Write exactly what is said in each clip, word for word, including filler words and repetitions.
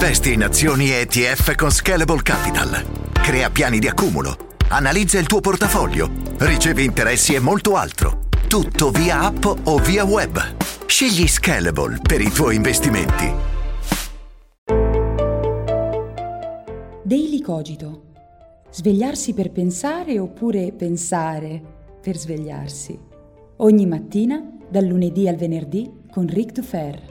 Investi in azioni e E T F con Scalable Capital. Crea piani di accumulo. Analizza il tuo portafoglio. Ricevi interessi e molto altro. Tutto via app o via web. Scegli Scalable per i tuoi investimenti. Daily Cogito. Svegliarsi per pensare oppure pensare per svegliarsi. Ogni mattina, dal lunedì al venerdì, con Ric Dufer.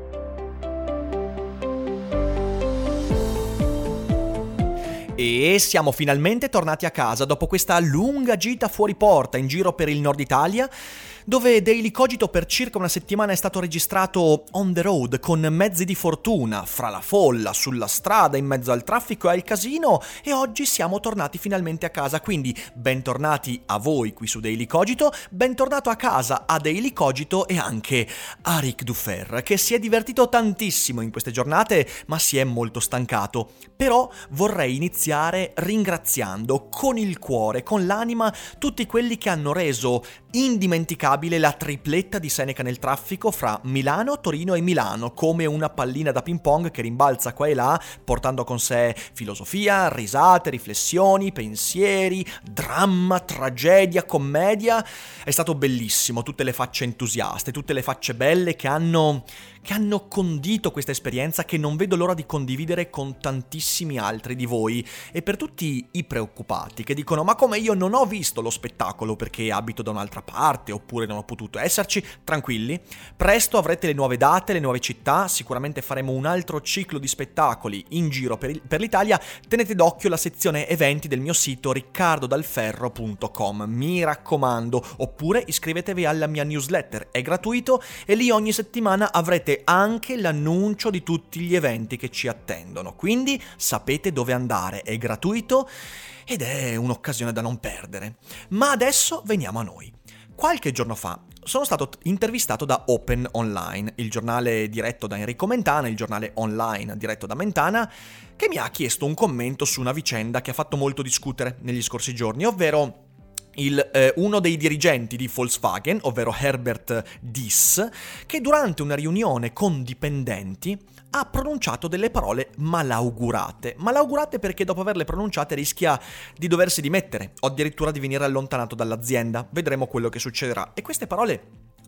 E siamo finalmente tornati a casa dopo questa lunga gita fuori porta in giro per il nord Italia, dove Daily Cogito per circa una settimana è stato registrato on the road con mezzi di fortuna, fra la folla, sulla strada, in mezzo al traffico e al casino, e oggi siamo tornati finalmente a casa. Quindi bentornati a voi qui su Daily Cogito, bentornato a casa a Daily Cogito e anche a Ric Dufer, che si è divertito tantissimo in queste giornate ma si è molto stancato. Però vorrei iniziare ringraziando con il cuore, con l'anima, tutti quelli che hanno reso indimenticabile la tripletta di Seneca nel traffico fra Milano, Torino e Milano, come una pallina da ping pong che rimbalza qua e là, portando con sé filosofia, risate, riflessioni, pensieri, dramma, tragedia, commedia. È stato bellissimo, tutte le facce entusiaste, tutte le facce belle che hanno che hanno condito questa esperienza, che non vedo l'ora di condividere con tantissimi altri di voi. E per tutti i preoccupati che dicono: ma come, io non ho visto lo spettacolo perché abito da un'altra parte oppure non ho potuto esserci, tranquilli, presto avrete le nuove date, le nuove città, sicuramente faremo un altro ciclo di spettacoli in giro per, il, per l'Italia. Tenete d'occhio la sezione eventi del mio sito riccardo dalferro punto com, mi raccomando, oppure iscrivetevi alla mia newsletter, è gratuito e lì ogni settimana avrete anche l'annuncio di tutti gli eventi che ci attendono, quindi sapete dove andare, è gratuito ed è un'occasione da non perdere. Ma adesso veniamo a noi. Qualche giorno fa sono stato intervistato da Open Online, il giornale diretto da Enrico Mentana, il giornale online diretto da Mentana, che mi ha chiesto un commento su una vicenda che ha fatto molto discutere negli scorsi giorni, ovvero Il, eh, uno dei dirigenti di Volkswagen, ovvero Herbert Diess, che durante una riunione con dipendenti ha pronunciato delle parole malaugurate. Malaugurate perché dopo averle pronunciate rischia di doversi dimettere o addirittura di venire allontanato dall'azienda. Vedremo quello che succederà. E queste parole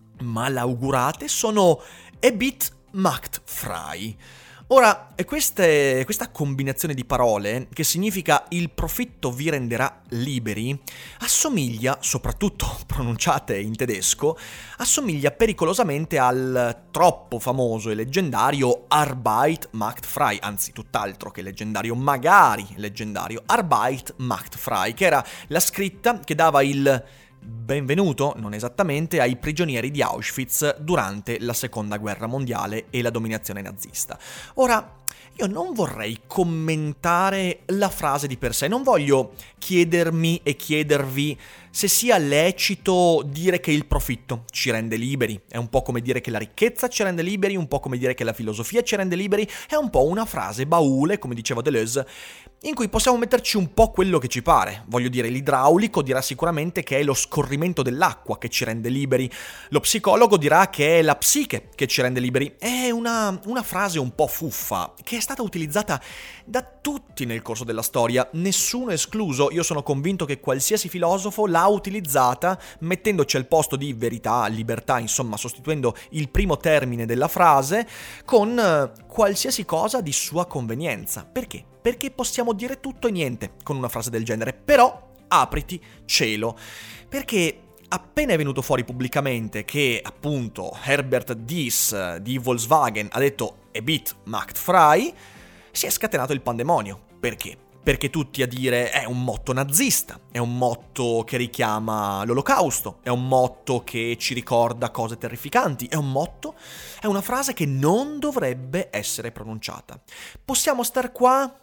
malaugurate sono "a bit macht frei". Ora, queste, questa combinazione di parole, che significa "il profitto vi renderà liberi", assomiglia, soprattutto pronunciate in tedesco, assomiglia pericolosamente al troppo famoso e leggendario Arbeit macht frei, anzi tutt'altro che leggendario, magari leggendario, Arbeit macht frei, che era la scritta che dava il benvenuto, non esattamente, ai prigionieri di Auschwitz durante la seconda guerra mondiale e la dominazione nazista. Ora, io non vorrei commentare la frase di per sé, non voglio chiedermi e chiedervi se sia lecito dire che il profitto ci rende liberi. È un po' come dire che la ricchezza ci rende liberi, un po' come dire che la filosofia ci rende liberi, è un po' una frase baule, come diceva Deleuze, in cui possiamo metterci un po' quello che ci pare. Voglio dire, l'idraulico dirà sicuramente che è lo scorrimento dell'acqua che ci rende liberi, lo psicologo dirà che è la psiche che ci rende liberi. È una, una frase un po' fuffa, che è stata utilizzata da tutti nel corso della storia, nessuno escluso. Io sono convinto che qualsiasi filosofo l'ha utilizzata, mettendoci al posto di verità, libertà, insomma sostituendo il primo termine della frase con eh, qualsiasi cosa di sua convenienza. Perché? Perché possiamo dire tutto e niente con una frase del genere, però apriti cielo, perché appena è venuto fuori pubblicamente che appunto Herbert Diess di Volkswagen ha detto "a bit macht frei", si è scatenato il pandemonio. Perché? Perché tutti a dire è un motto nazista, è un motto che richiama l'Olocausto, è un motto che ci ricorda cose terrificanti, è un motto, è una frase che non dovrebbe essere pronunciata. Possiamo star qua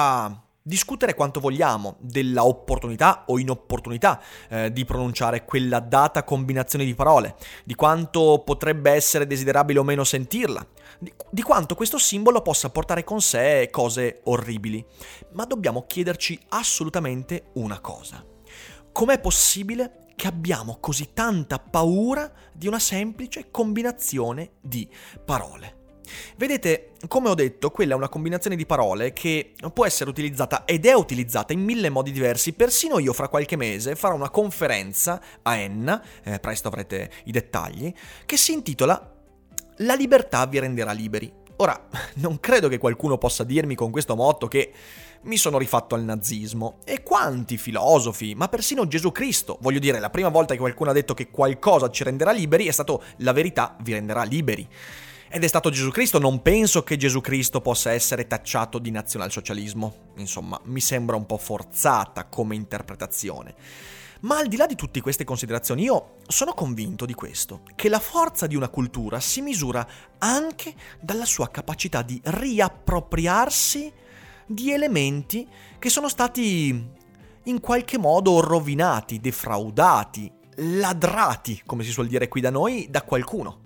a discutere quanto vogliamo della opportunità o inopportunità eh, di pronunciare quella data combinazione di parole, di quanto potrebbe essere desiderabile o meno sentirla, di, di quanto questo simbolo possa portare con sé cose orribili. Ma dobbiamo chiederci assolutamente una cosa: com'è possibile che abbiamo così tanta paura di una semplice combinazione di parole? Vedete, come ho detto, quella è una combinazione di parole che può essere utilizzata ed è utilizzata in mille modi diversi. Persino io fra qualche mese farò una conferenza a Enna, eh, presto avrete i dettagli, che si intitola "La libertà vi renderà liberi". Ora, non credo che qualcuno possa dirmi con questo motto che mi sono rifatto al nazismo. E quanti filosofi, ma persino Gesù Cristo, voglio dire, la prima volta che qualcuno ha detto che qualcosa ci renderà liberi è stato "la verità vi renderà liberi". Ed è stato Gesù Cristo, non penso che Gesù Cristo possa essere tacciato di nazionalsocialismo. Insomma, mi sembra un po' forzata come interpretazione. Ma al di là di tutte queste considerazioni, io sono convinto di questo, che la forza di una cultura si misura anche dalla sua capacità di riappropriarsi di elementi che sono stati in qualche modo rovinati, defraudati, ladrati, come si suol dire qui da noi, da qualcuno.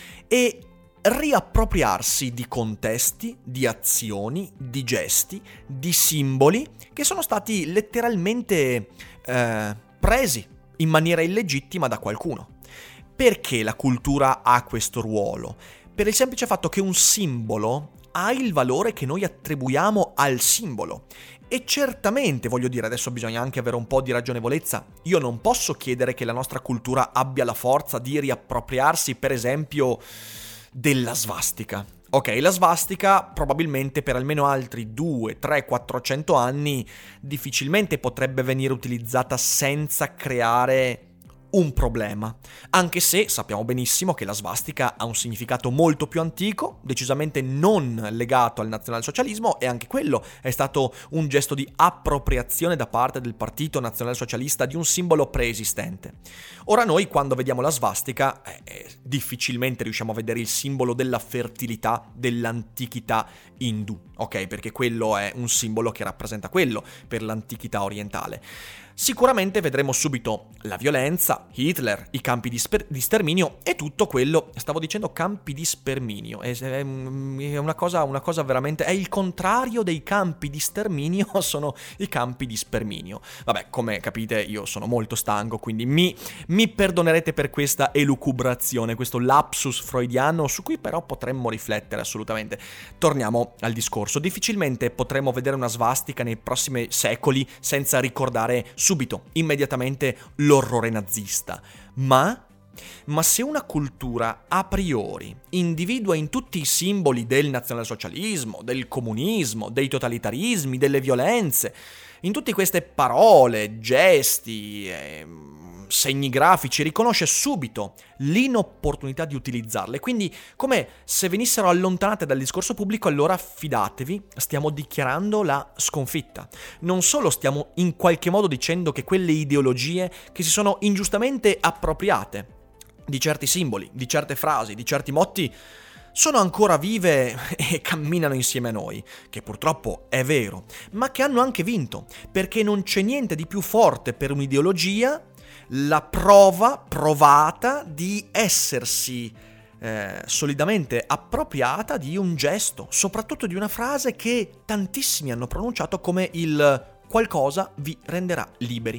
E riappropriarsi di contesti, di azioni, di gesti, di simboli che sono stati letteralmente eh, presi in maniera illegittima da qualcuno. Perché la cultura ha questo ruolo? Per il semplice fatto che un simbolo ha il valore che noi attribuiamo al simbolo. E certamente, voglio dire, adesso bisogna anche avere un po' di ragionevolezza. Io non posso chiedere che la nostra cultura abbia la forza di riappropriarsi, per esempio, della svastica. Ok, la svastica probabilmente per almeno altri due, tre, quattrocento anni difficilmente potrebbe venire utilizzata senza creare un problema, anche se sappiamo benissimo che la svastica ha un significato molto più antico, decisamente non legato al nazionalsocialismo, e anche quello è stato un gesto di appropriazione da parte del Partito Nazionalsocialista di un simbolo preesistente. Ora noi quando vediamo la svastica eh, difficilmente riusciamo a vedere il simbolo della fertilità dell'antichità indù, ok? Perché quello è un simbolo che rappresenta quello per l'antichità orientale. Sicuramente vedremo subito la violenza, Hitler, i campi di, sper- di sterminio e tutto quello, stavo dicendo campi di sterminio, è, è, è una cosa, una cosa veramente, è il contrario dei campi di sterminio, sono i campi di sperminio. Vabbè, come capite io sono molto stanco, quindi mi, mi perdonerete per questa elucubrazione, questo lapsus freudiano su cui però potremmo riflettere assolutamente. Torniamo al discorso, difficilmente potremo vedere una svastica nei prossimi secoli senza ricordare subito, immediatamente, l'orrore nazista. Ma, ma se una cultura a priori individua in tutti i simboli del nazionalsocialismo, del comunismo, dei totalitarismi, delle violenze, in tutte queste parole, gesti, eh, segni grafici, riconosce subito l'inopportunità di utilizzarle. Quindi, come se venissero allontanate dal discorso pubblico, allora fidatevi, stiamo dichiarando la sconfitta. Non solo stiamo in qualche modo dicendo che quelle ideologie che si sono ingiustamente appropriate di certi simboli, di certe frasi, di certi motti, sono ancora vive e camminano insieme a noi, che purtroppo è vero, ma che hanno anche vinto, perché non c'è niente di più forte per un'ideologia la prova provata di essersi eh, solidamente appropriata di un gesto, soprattutto di una frase che tantissimi hanno pronunciato come il "qualcosa vi renderà liberi".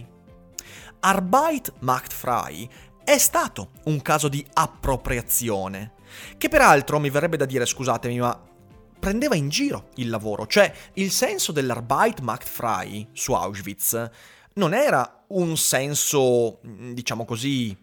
Arbeit macht frei è stato un caso di appropriazione, che peraltro mi verrebbe da dire, scusatemi, ma prendeva in giro il lavoro. Cioè, il senso dell'Arbeit macht frei su Auschwitz non era un senso, diciamo così,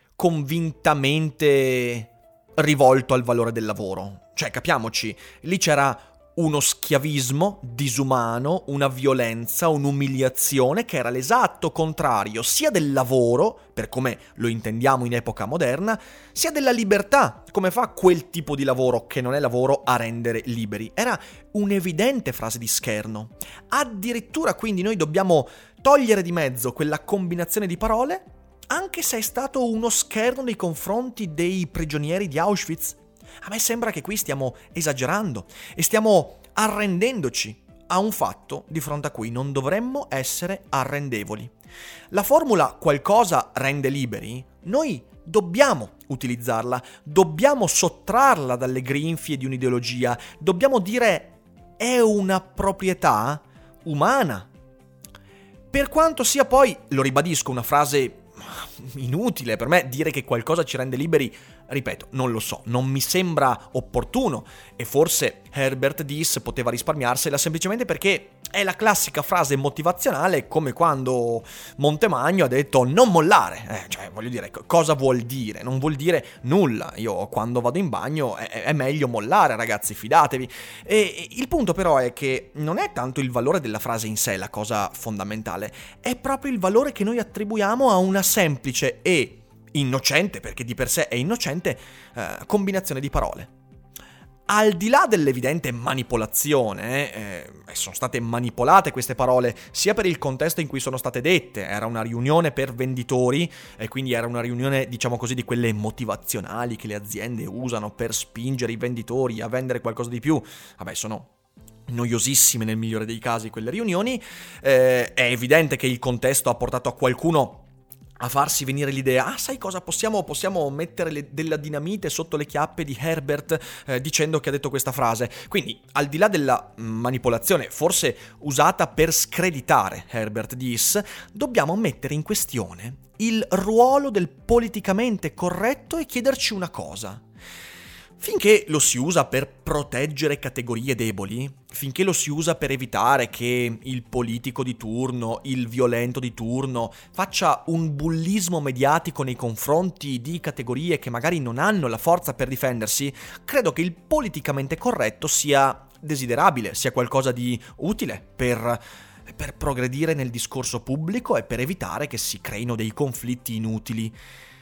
convintamente rivolto al valore del lavoro. Cioè, capiamoci, lì c'era uno schiavismo disumano, una violenza, un'umiliazione che era l'esatto contrario sia del lavoro, per come lo intendiamo in epoca moderna, sia della libertà, come fa quel tipo di lavoro che non è lavoro a rendere liberi. Era un'evidente frase di scherno. Addirittura quindi noi dobbiamo togliere di mezzo quella combinazione di parole, anche se è stato uno scherno nei confronti dei prigionieri di Auschwitz. A me sembra che qui stiamo esagerando e stiamo arrendendoci a un fatto di fronte a cui non dovremmo essere arrendevoli. La formula "qualcosa rende liberi", noi dobbiamo utilizzarla, dobbiamo sottrarla dalle grinfie di un'ideologia, dobbiamo dire è una proprietà umana. Per quanto sia poi, lo ribadisco, una frase inutile per me, dire che qualcosa ci rende liberi Ripeto, non lo so, non mi sembra opportuno e forse Herbert Diess poteva risparmiarsela semplicemente perché è la classica frase motivazionale, come quando Montemagno ha detto non mollare. Eh, cioè, voglio dire, cosa vuol dire? Non vuol dire nulla. Io quando vado in bagno è, è meglio mollare, ragazzi, fidatevi. E, e il punto però è che non è tanto il valore della frase in sé la cosa fondamentale, è proprio il valore che noi attribuiamo a una semplice e innocente, perché di per sé è innocente, eh, combinazione di parole. Al di là dell'evidente manipolazione, eh, sono state manipolate queste parole sia per il contesto in cui sono state dette, era una riunione per venditori e quindi era una riunione, diciamo così, di quelle motivazionali che le aziende usano per spingere i venditori a vendere qualcosa di più. Vabbè, sono noiosissime nel migliore dei casi quelle riunioni, eh, è evidente che il contesto ha portato a qualcuno a farsi venire l'idea, ah sai cosa, possiamo, possiamo mettere le, della dinamite sotto le chiappe di Herbert eh, dicendo che ha detto questa frase. Quindi, al di là della manipolazione, forse usata per screditare Herbert Diess, dobbiamo mettere in questione il ruolo del politicamente corretto e chiederci una cosa. Finché lo si usa per proteggere categorie deboli, finché lo si usa per evitare che il politico di turno, il violento di turno, faccia un bullismo mediatico nei confronti di categorie che magari non hanno la forza per difendersi, credo che il politicamente corretto sia desiderabile, sia qualcosa di utile per, per progredire nel discorso pubblico e per evitare che si creino dei conflitti inutili.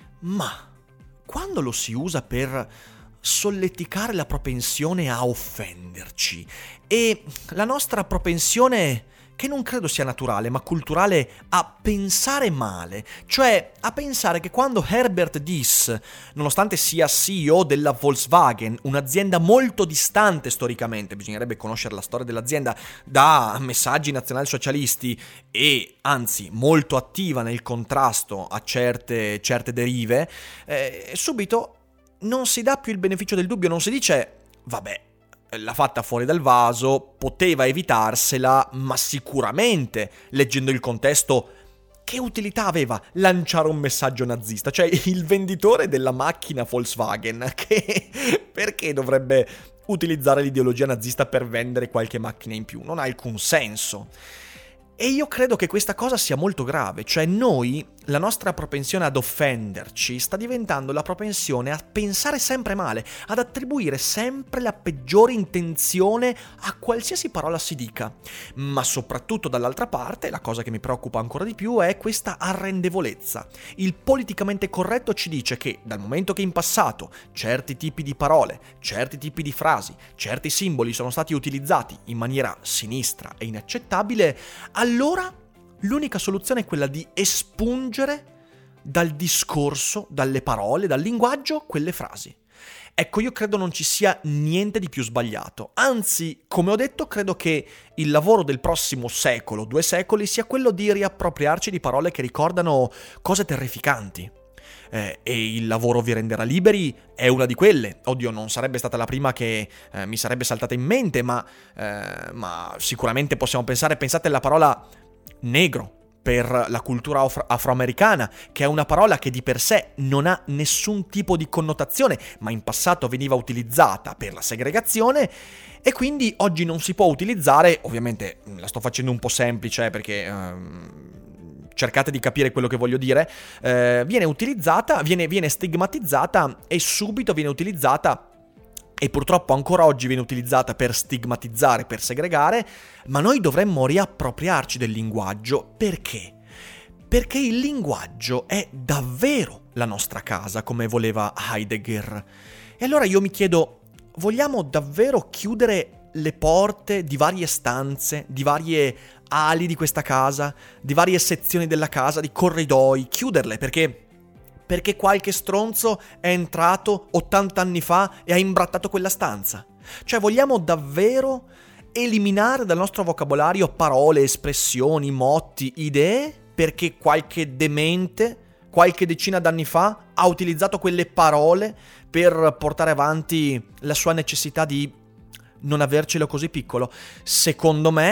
Ma quando lo si usa per solleticare la propensione a offenderci e la nostra propensione, che non credo sia naturale ma culturale, a pensare male, cioè a pensare che quando Herbert Diess, nonostante sia C E O della Volkswagen, un'azienda molto distante storicamente, bisognerebbe conoscere la storia dell'azienda, da messaggi nazionalsocialisti e anzi molto attiva nel contrasto a certe, certe derive, eh, subito non si dà più il beneficio del dubbio, non si dice, vabbè, l'ha fatta fuori dal vaso, poteva evitarsela, ma sicuramente, leggendo il contesto, che utilità aveva lanciare un messaggio nazista? Cioè, il venditore della macchina Volkswagen, che perché dovrebbe utilizzare l'ideologia nazista per vendere qualche macchina in più? Non ha alcun senso. E io credo che questa cosa sia molto grave, cioè noi, la nostra propensione ad offenderci sta diventando la propensione a pensare sempre male, ad attribuire sempre la peggiore intenzione a qualsiasi parola si dica. Ma soprattutto dall'altra parte, la cosa che mi preoccupa ancora di più è questa arrendevolezza. Il politicamente corretto ci dice che dal momento che in passato certi tipi di parole, certi tipi di frasi, certi simboli sono stati utilizzati in maniera sinistra e inaccettabile, allora l'unica soluzione è quella di espungere dal discorso, dalle parole, dal linguaggio, quelle frasi. Ecco, io credo non ci sia niente di più sbagliato. Anzi, come ho detto, credo che il lavoro del prossimo secolo, due secoli, sia quello di riappropriarci di parole che ricordano cose terrificanti. Eh, e il lavoro vi renderà liberi è una di quelle. Oddio, non sarebbe stata la prima che eh, mi sarebbe saltata in mente, ma, eh, ma sicuramente possiamo pensare, pensate alla parola negro per la cultura afro- afroamericana, che è una parola che di per sé non ha nessun tipo di connotazione, ma in passato veniva utilizzata per la segregazione e quindi oggi non si può utilizzare. Ovviamente la sto facendo un po' semplice perché ehm, cercate di capire quello che voglio dire. Eh, viene utilizzata, viene, viene stigmatizzata e subito viene utilizzata, e purtroppo ancora oggi viene utilizzata per stigmatizzare, per segregare, ma noi dovremmo riappropriarci del linguaggio. Perché? Perché il linguaggio è davvero la nostra casa, come voleva Heidegger. E allora io mi chiedo, vogliamo davvero chiudere le porte di varie stanze, di varie ali di questa casa, di varie sezioni della casa, di corridoi, chiuderle perché... perché qualche stronzo è entrato ottanta anni fa e ha imbrattato quella stanza? Cioè, vogliamo davvero eliminare dal nostro vocabolario parole, espressioni, motti, idee, perché qualche demente, qualche decina d'anni fa, ha utilizzato quelle parole per portare avanti la sua necessità di non avercelo così piccolo? Secondo me,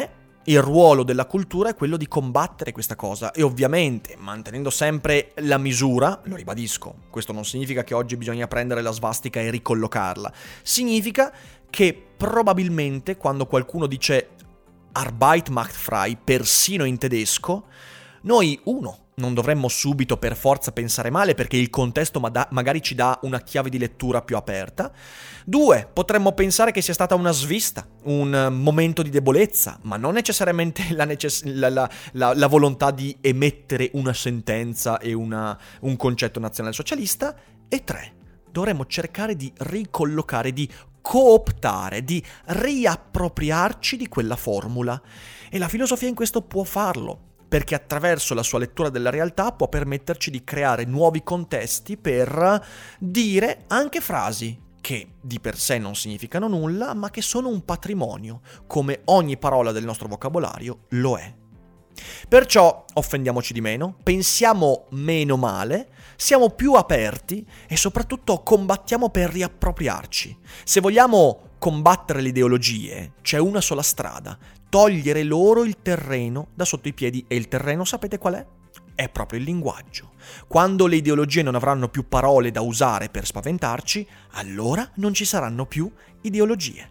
il ruolo della cultura è quello di combattere questa cosa e ovviamente mantenendo sempre la misura, lo ribadisco, questo non significa che oggi bisogna prendere la svastica e ricollocarla, significa che probabilmente quando qualcuno dice Arbeit macht frei, persino in tedesco, noi, uno, non dovremmo subito per forza pensare male perché il contesto ma- magari ci dà una chiave di lettura più aperta. Due, potremmo pensare che sia stata una svista, un momento di debolezza, ma non necessariamente la, necess- la, la, la, la volontà di emettere una sentenza e una, un concetto nazionalsocialista. E tre, dovremmo cercare di ricollocare, di cooptare, di riappropriarci di quella formula. E la filosofia in questo può farlo, perché attraverso la sua lettura della realtà può permetterci di creare nuovi contesti per dire anche frasi che di per sé non significano nulla, ma che sono un patrimonio, come ogni parola del nostro vocabolario lo è. Perciò offendiamoci di meno, pensiamo meno male, siamo più aperti e soprattutto combattiamo per riappropriarci. Se vogliamo combattere le ideologie, c'è una sola strada: togliere loro il terreno da sotto i piedi. E il terreno sapete qual è? È proprio il linguaggio. Quando le ideologie non avranno più parole da usare per spaventarci, allora non ci saranno più ideologie.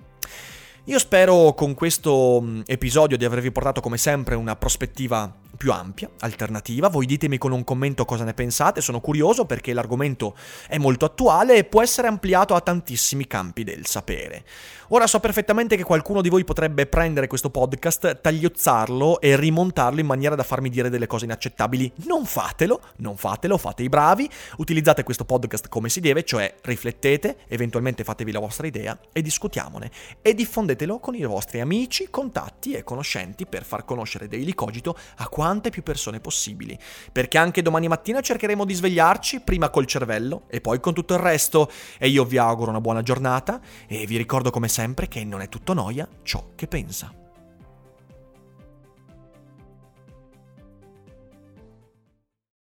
Io spero con questo episodio di avervi portato come sempre una prospettiva più ampia, alternativa. Voi ditemi con un commento cosa ne pensate, sono curioso perché l'argomento è molto attuale e può essere ampliato a tantissimi campi del sapere. Ora so perfettamente che qualcuno di voi potrebbe prendere questo podcast, tagliozzarlo e rimontarlo in maniera da farmi dire delle cose inaccettabili. Non fatelo, non fatelo, fate i bravi, utilizzate questo podcast come si deve, cioè riflettete, eventualmente fatevi la vostra idea e discutiamone e diffondetelo con i vostri amici, contatti e conoscenti per far conoscere Daily Cogito a quante più persone possibili, perché anche domani mattina cercheremo di svegliarci prima col cervello e poi con tutto il resto. E io vi auguro una buona giornata e vi ricordo come sempre che non è tutto noia ciò che pensa.